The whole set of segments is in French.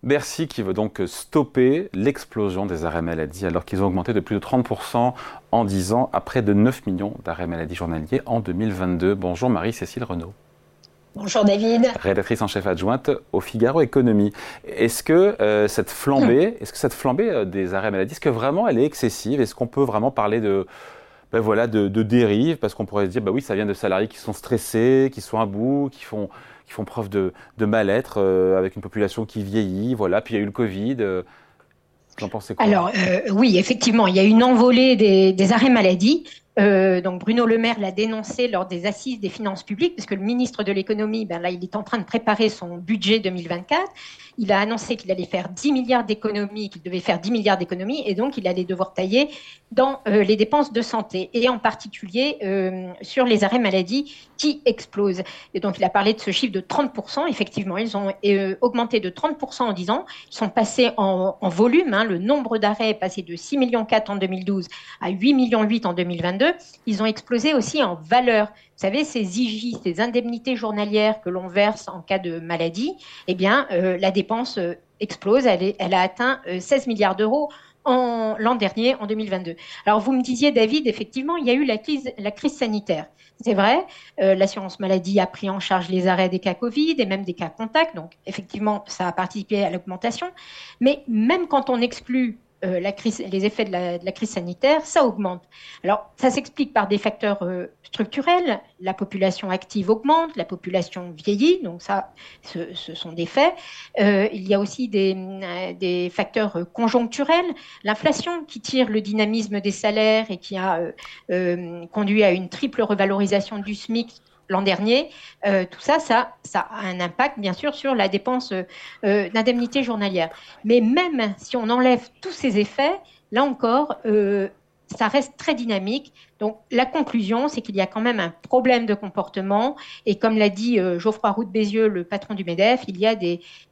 Bercy qui veut donc stopper l'explosion des arrêts maladie alors qu'ils ont augmenté de plus de 30% en 10 ans à près de 9 millions d'arrêts maladie journaliers en 2022. Bonjour Marie-Cécile Renaud. Bonjour David. Rédactrice en chef adjointe au Figaro Économie. Est-ce que cette flambée des arrêts maladie, est-ce que vraiment elle est excessive? Est-ce qu'on peut vraiment parler de dérive? Parce qu'on pourrait se dire, oui, ça vient de salariés qui sont stressés, qui sont à bout, qui font preuve de mal-être avec une population qui vieillit. Voilà. Puis il y a eu le Covid. Vous en pensez quoi? Alors oui, effectivement, il y a une envolée des arrêts maladie. Donc Bruno Le Maire l'a dénoncé lors des assises des finances publiques, parce que le ministre de l'économie, là, il est en train de préparer son budget 2024. Il a annoncé qu'il allait faire 10 milliards d'économies, qu'il devait faire 10 milliards d'économies, et donc il allait devoir tailler dans les dépenses de santé, et en particulier sur les arrêts maladie qui explosent. Et donc il a parlé de ce chiffre de 30%. Effectivement, ils ont augmenté de 30% en 10 ans. Ils sont passés en volume. Le nombre d'arrêts est passé de 6,4 millions en 2012 à 8,8 millions en 2022. Ils ont explosé aussi en valeur. Vous savez, ces IJ, ces indemnités journalières que l'on verse en cas de maladie, la dépense explose. Elle a atteint 16 milliards d'euros l'an dernier, en 2022. Alors, vous me disiez, David, effectivement, il y a eu la crise sanitaire. C'est vrai, l'assurance maladie a pris en charge les arrêts des cas Covid et même des cas contacts. Donc, effectivement, ça a participé à l'augmentation. Mais même quand on exclut les effets de la crise sanitaire, ça augmente. Alors, ça s'explique par des facteurs structurels. La population active augmente, la population vieillit, donc ça, ce sont des faits. Il y a aussi des facteurs conjoncturels. L'inflation qui tire le dynamisme des salaires et qui a conduit à une triple revalorisation du SMIC l'an dernier, tout ça a un impact, bien sûr, sur la dépense d'indemnité journalière. Mais même si on enlève tous ces effets, là encore, ça reste très dynamique. Donc, la conclusion, c'est qu'il y a quand même un problème de comportement. Et comme l'a dit Geoffroy Roux de Bézieux, le patron du MEDEF, il y a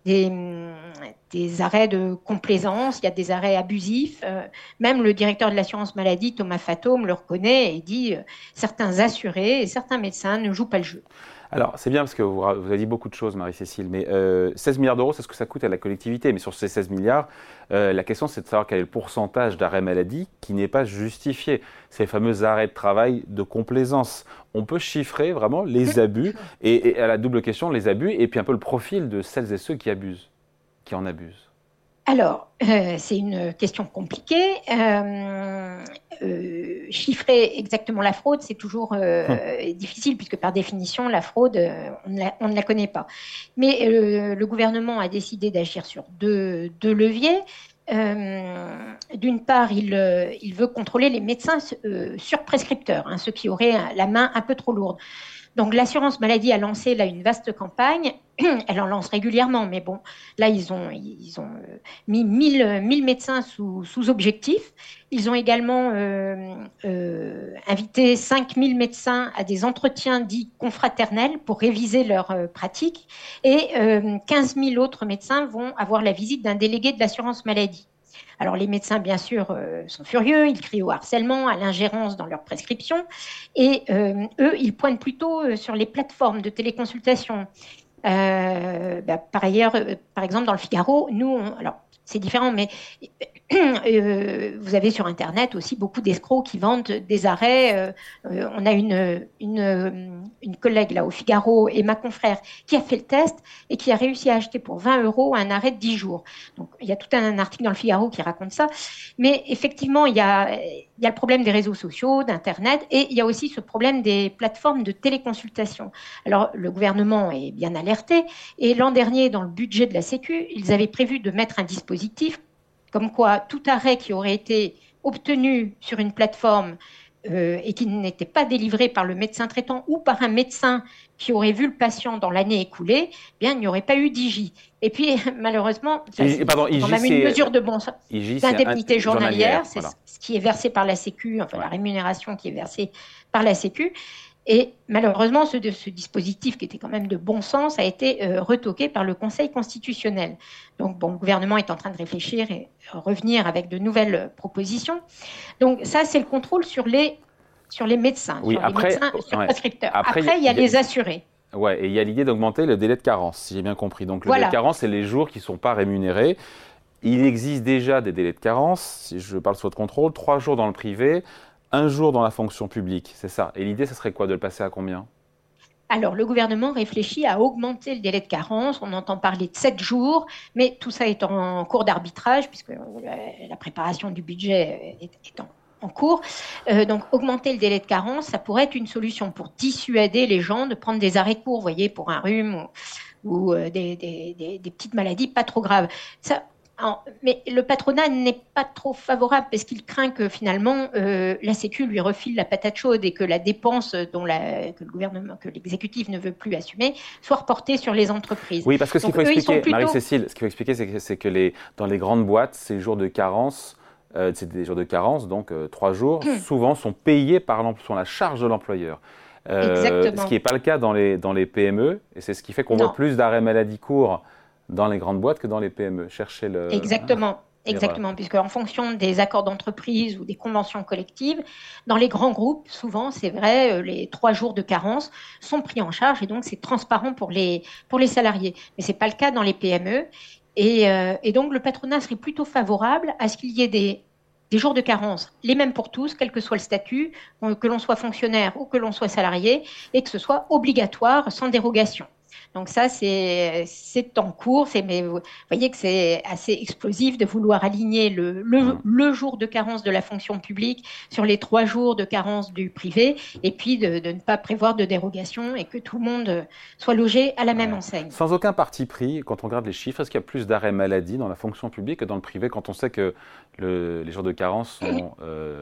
des arrêts de complaisance, il y a des arrêts abusifs. Même le directeur de l'assurance maladie, Thomas Fatome, le reconnaît et dit certains assurés et certains médecins ne jouent pas le jeu. Alors, c'est bien parce que vous avez dit beaucoup de choses, Marie-Cécile, mais 16 milliards d'euros, c'est ce que ça coûte à la collectivité. Mais sur ces 16 milliards, la question, c'est de savoir quel est le pourcentage d'arrêts maladie qui n'est pas justifié. Ces fameux arrêts de travail de complaisance. On peut chiffrer vraiment les abus, et à la double question, les abus, et puis un peu le profil de celles et ceux qui en abusent. Alors, c'est une question compliquée. Chiffrer exactement la fraude, c'est toujours difficile, puisque par définition, la fraude, on ne la connaît pas. Mais le gouvernement a décidé d'agir sur deux leviers. D'une part, il veut contrôler les médecins surprescripteurs, ceux qui auraient la main un peu trop lourde. Donc, l'assurance maladie a lancé là une vaste campagne. Elle en lance régulièrement, mais bon, là, ils ont mis 1000 médecins sous objectif. Ils ont également invité 5000 médecins à des entretiens dits confraternels pour réviser leurs pratiques. Et 15 000 autres médecins vont avoir la visite d'un délégué de l'assurance maladie. Alors, les médecins, bien sûr, sont furieux, ils crient au harcèlement, à l'ingérence dans leurs prescriptions, et eux, ils pointent plutôt sur les plateformes de téléconsultation. Par ailleurs, par exemple, dans le Figaro, alors, c'est différent, mais vous avez sur Internet aussi beaucoup d'escrocs qui vendent des arrêts. On a une collègue là au Figaro et ma confrère qui a fait le test et qui a réussi à acheter pour 20 € un arrêt de 10 jours. Donc, il y a tout un article dans le Figaro qui raconte ça. Mais effectivement, il y a le problème des réseaux sociaux, d'Internet, et il y a aussi ce problème des plateformes de téléconsultation. Alors, le gouvernement est bien alerté, et l'an dernier, dans le budget de la Sécu, ils avaient prévu de mettre un dispositif comme quoi tout arrêt qui aurait été obtenu sur une plateforme et qui n'était pas délivré par le médecin traitant ou par un médecin qui aurait vu le patient dans l'année écoulée, il n'y aurait pas eu d'IJ. Et puis, malheureusement, c'est quand même une mesure de bon sens. L'indemnité journalière, c'est ce qui est versé par la Sécu, la rémunération qui est versée par la Sécu. Et malheureusement, ce dispositif, qui était quand même de bon sens, a été retoqué par le Conseil constitutionnel. Donc, le gouvernement est en train de réfléchir et revenir avec de nouvelles propositions. Donc, ça, c'est le contrôle sur les médecins, médecins prescripteurs. Après, il y a les assurés. Ouais, et il y a l'idée d'augmenter le délai de carence, si j'ai bien compris. Donc le délai Voilà. de carence, c'est les jours qui ne sont pas rémunérés. Il existe déjà des délais de carence, si je parle sous votre contrôle, 3 jours dans le privé, 1 jour dans la fonction publique, c'est ça. Et l'idée, ce serait quoi, de le passer à combien? Alors, le gouvernement réfléchit à augmenter le délai de carence. On entend parler de 7 jours, mais tout ça est en cours d'arbitrage, puisque la préparation du budget est en cours. Donc, augmenter le délai de carence, ça pourrait être une solution pour dissuader les gens de prendre des arrêts courts, vous voyez, pour un rhume ou des petites maladies pas trop graves. Ça, mais le patronat n'est pas trop favorable parce qu'il craint que finalement la Sécu lui refile la patate chaude et que la dépense que le gouvernement, que l'exécutif ne veut plus assumer, soit reportée sur les entreprises. Oui, parce que ce qu'il faut expliquer, plutôt... Marie-Cécile, ce qu'il faut expliquer, c'est que dans les grandes boîtes, ces jours de carence, c'est des jours de carence, donc 3 jours, souvent sont payés sur la charge de l'employeur. Ce qui n'est pas le cas dans les PME, et c'est ce qui fait qu'on voit plus d'arrêts maladie courts dans les grandes boîtes que dans les PME. Cherchez le... Exactement. Exactement, puisque en fonction des accords d'entreprise ou des conventions collectives, dans les grands groupes, souvent, c'est vrai, les 3 jours de carence sont pris en charge et donc c'est transparent pour les salariés. Mais ce n'est pas le cas dans les PME. Et donc, le patronat serait plutôt favorable à ce qu'il y ait des jours de carence, les mêmes pour tous, quel que soit le statut, que l'on soit fonctionnaire ou que l'on soit salarié, et que ce soit obligatoire, sans dérogation. Donc ça, c'est en cours. Mais vous voyez que c'est assez explosif de vouloir aligner le jour de carence de la fonction publique sur les 3 jours de carence du privé, et puis de ne pas prévoir de dérogation et que tout le monde soit logé à la même enseigne. Sans aucun parti pris, quand on regarde les chiffres, est-ce qu'il y a plus d'arrêts maladie dans la fonction publique que dans le privé, quand on sait que les jours de carence sont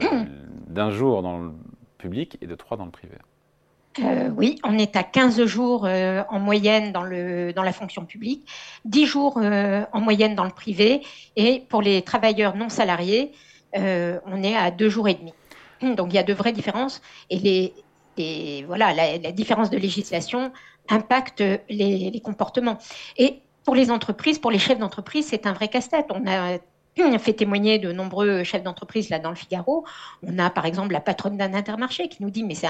d'1 jour dans le public et de 3 dans le privé? Oui, on est à 15 jours en moyenne dans la fonction publique, 10 jours en moyenne dans le privé, et pour les travailleurs non salariés, on est à 2 jours et demi. Donc il y a de vraies différences, et voilà, la différence de législation impacte les comportements. Et pour les entreprises, pour les chefs d'entreprise, c'est un vrai casse-tête. On a fait témoigner de nombreux chefs d'entreprise là dans le Figaro. On a par exemple la patronne d'un Intermarché qui nous dit mais c'est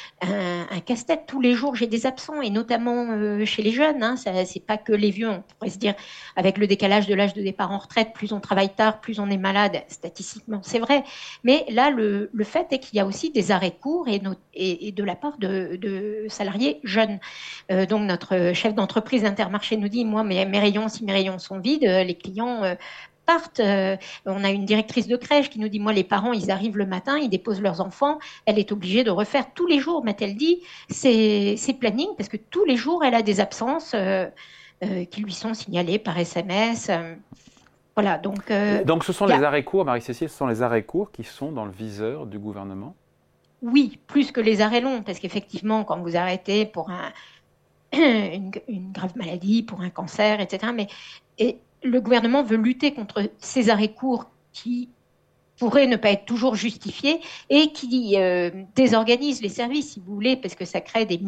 un casse-tête, tous les jours j'ai des absents, et notamment chez les jeunes, hein, c'est pas que les vieux, on pourrait se dire avec le décalage de l'âge de départ en retraite, plus on travaille tard, plus on est malade, statistiquement c'est vrai, mais là le fait est qu'il y a aussi des arrêts courts et de la part de salariés jeunes. Donc notre chef d'entreprise Intermarché nous dit moi mes rayons, si mes rayons sont vides, les clients partent. On a une directrice de crèche qui nous dit, moi, les parents, ils arrivent le matin, ils déposent leurs enfants, elle est obligée de refaire tous les jours, m'a-t-elle dit, ses plannings, parce que tous les jours, elle a des absences qui lui sont signalées par SMS. Voilà, donc ce sont les arrêts courts, Marie-Cécile, ce sont les arrêts courts qui sont dans le viseur du gouvernement? Oui, plus que les arrêts longs, parce qu'effectivement, quand vous arrêtez pour une grave maladie, pour un cancer, etc., le gouvernement veut lutter contre ces arrêts courts qui pourraient ne pas être toujours justifiés et qui désorganisent les services, si vous voulez, parce que ça crée des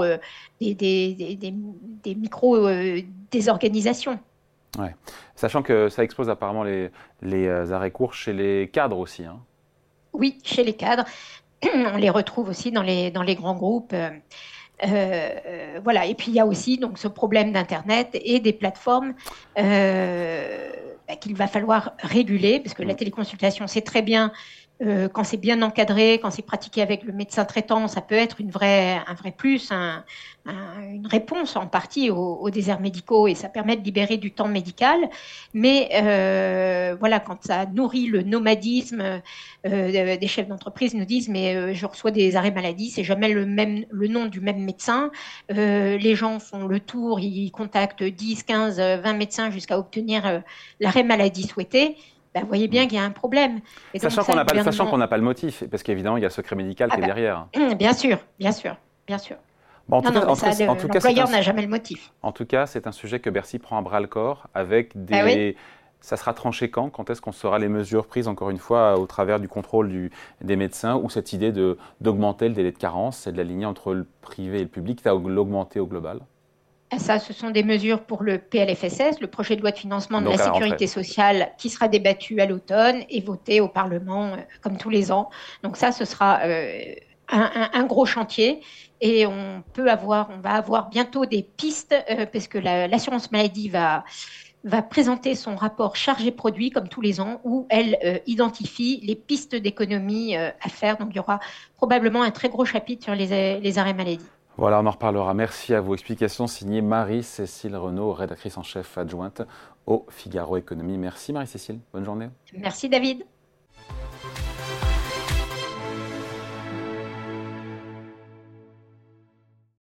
désorganisations. Ouais. Sachant que ça explose apparemment les arrêts courts chez les cadres aussi. Hein. Oui, chez les cadres. On les retrouve aussi dans les grands groupes. Voilà. Et puis il y a aussi donc ce problème d'Internet et des plateformes qu'il va falloir réguler, parce que la téléconsultation, c'est très bien quand c'est bien encadré, quand c'est pratiqué avec le médecin traitant, ça peut être un vrai plus, une réponse en partie aux déserts médicaux, et ça permet de libérer du temps médical. Mais voilà, quand ça nourrit le nomadisme, des chefs d'entreprise nous disent mais je reçois des arrêts maladie, c'est jamais le nom du même médecin. Les gens font le tour, ils contactent 10, 15, 20 médecins jusqu'à obtenir l'arrêt maladie souhaité. Ben, vous voyez bien qu'il y a un problème. Et sachant qu'on n'a pas le motif, parce qu'évidemment, il y a le secret médical qui est derrière. Bien sûr. Bon, l'employeur n'a jamais le motif. En tout cas, c'est un sujet que Bercy prend à bras-le-corps avec des... Ah oui. Ça sera tranché quand? Quand est-ce qu'on saura les mesures prises, encore une fois, au travers du contrôle des médecins, ou cette idée d'augmenter le délai de carence, c'est de l'aligner entre le privé et le public, l'augmenter au global? Ça, ce sont des mesures pour le PLFSS, le projet de loi de financement de la sécurité sociale, qui sera débattu à l'automne et voté au Parlement comme tous les ans. Donc ça, ce sera un gros chantier et on va avoir bientôt des pistes parce que l'assurance maladie va présenter son rapport chargé-produit comme tous les ans où elle identifie les pistes d'économie à faire. Donc il y aura probablement un très gros chapitre sur les arrêts maladie. Voilà, on en reparlera. Merci à vous. Explications signées Marie-Cécile Renaud, rédactrice en chef adjointe au Figaro Économie. Merci Marie-Cécile. Bonne journée. Merci David.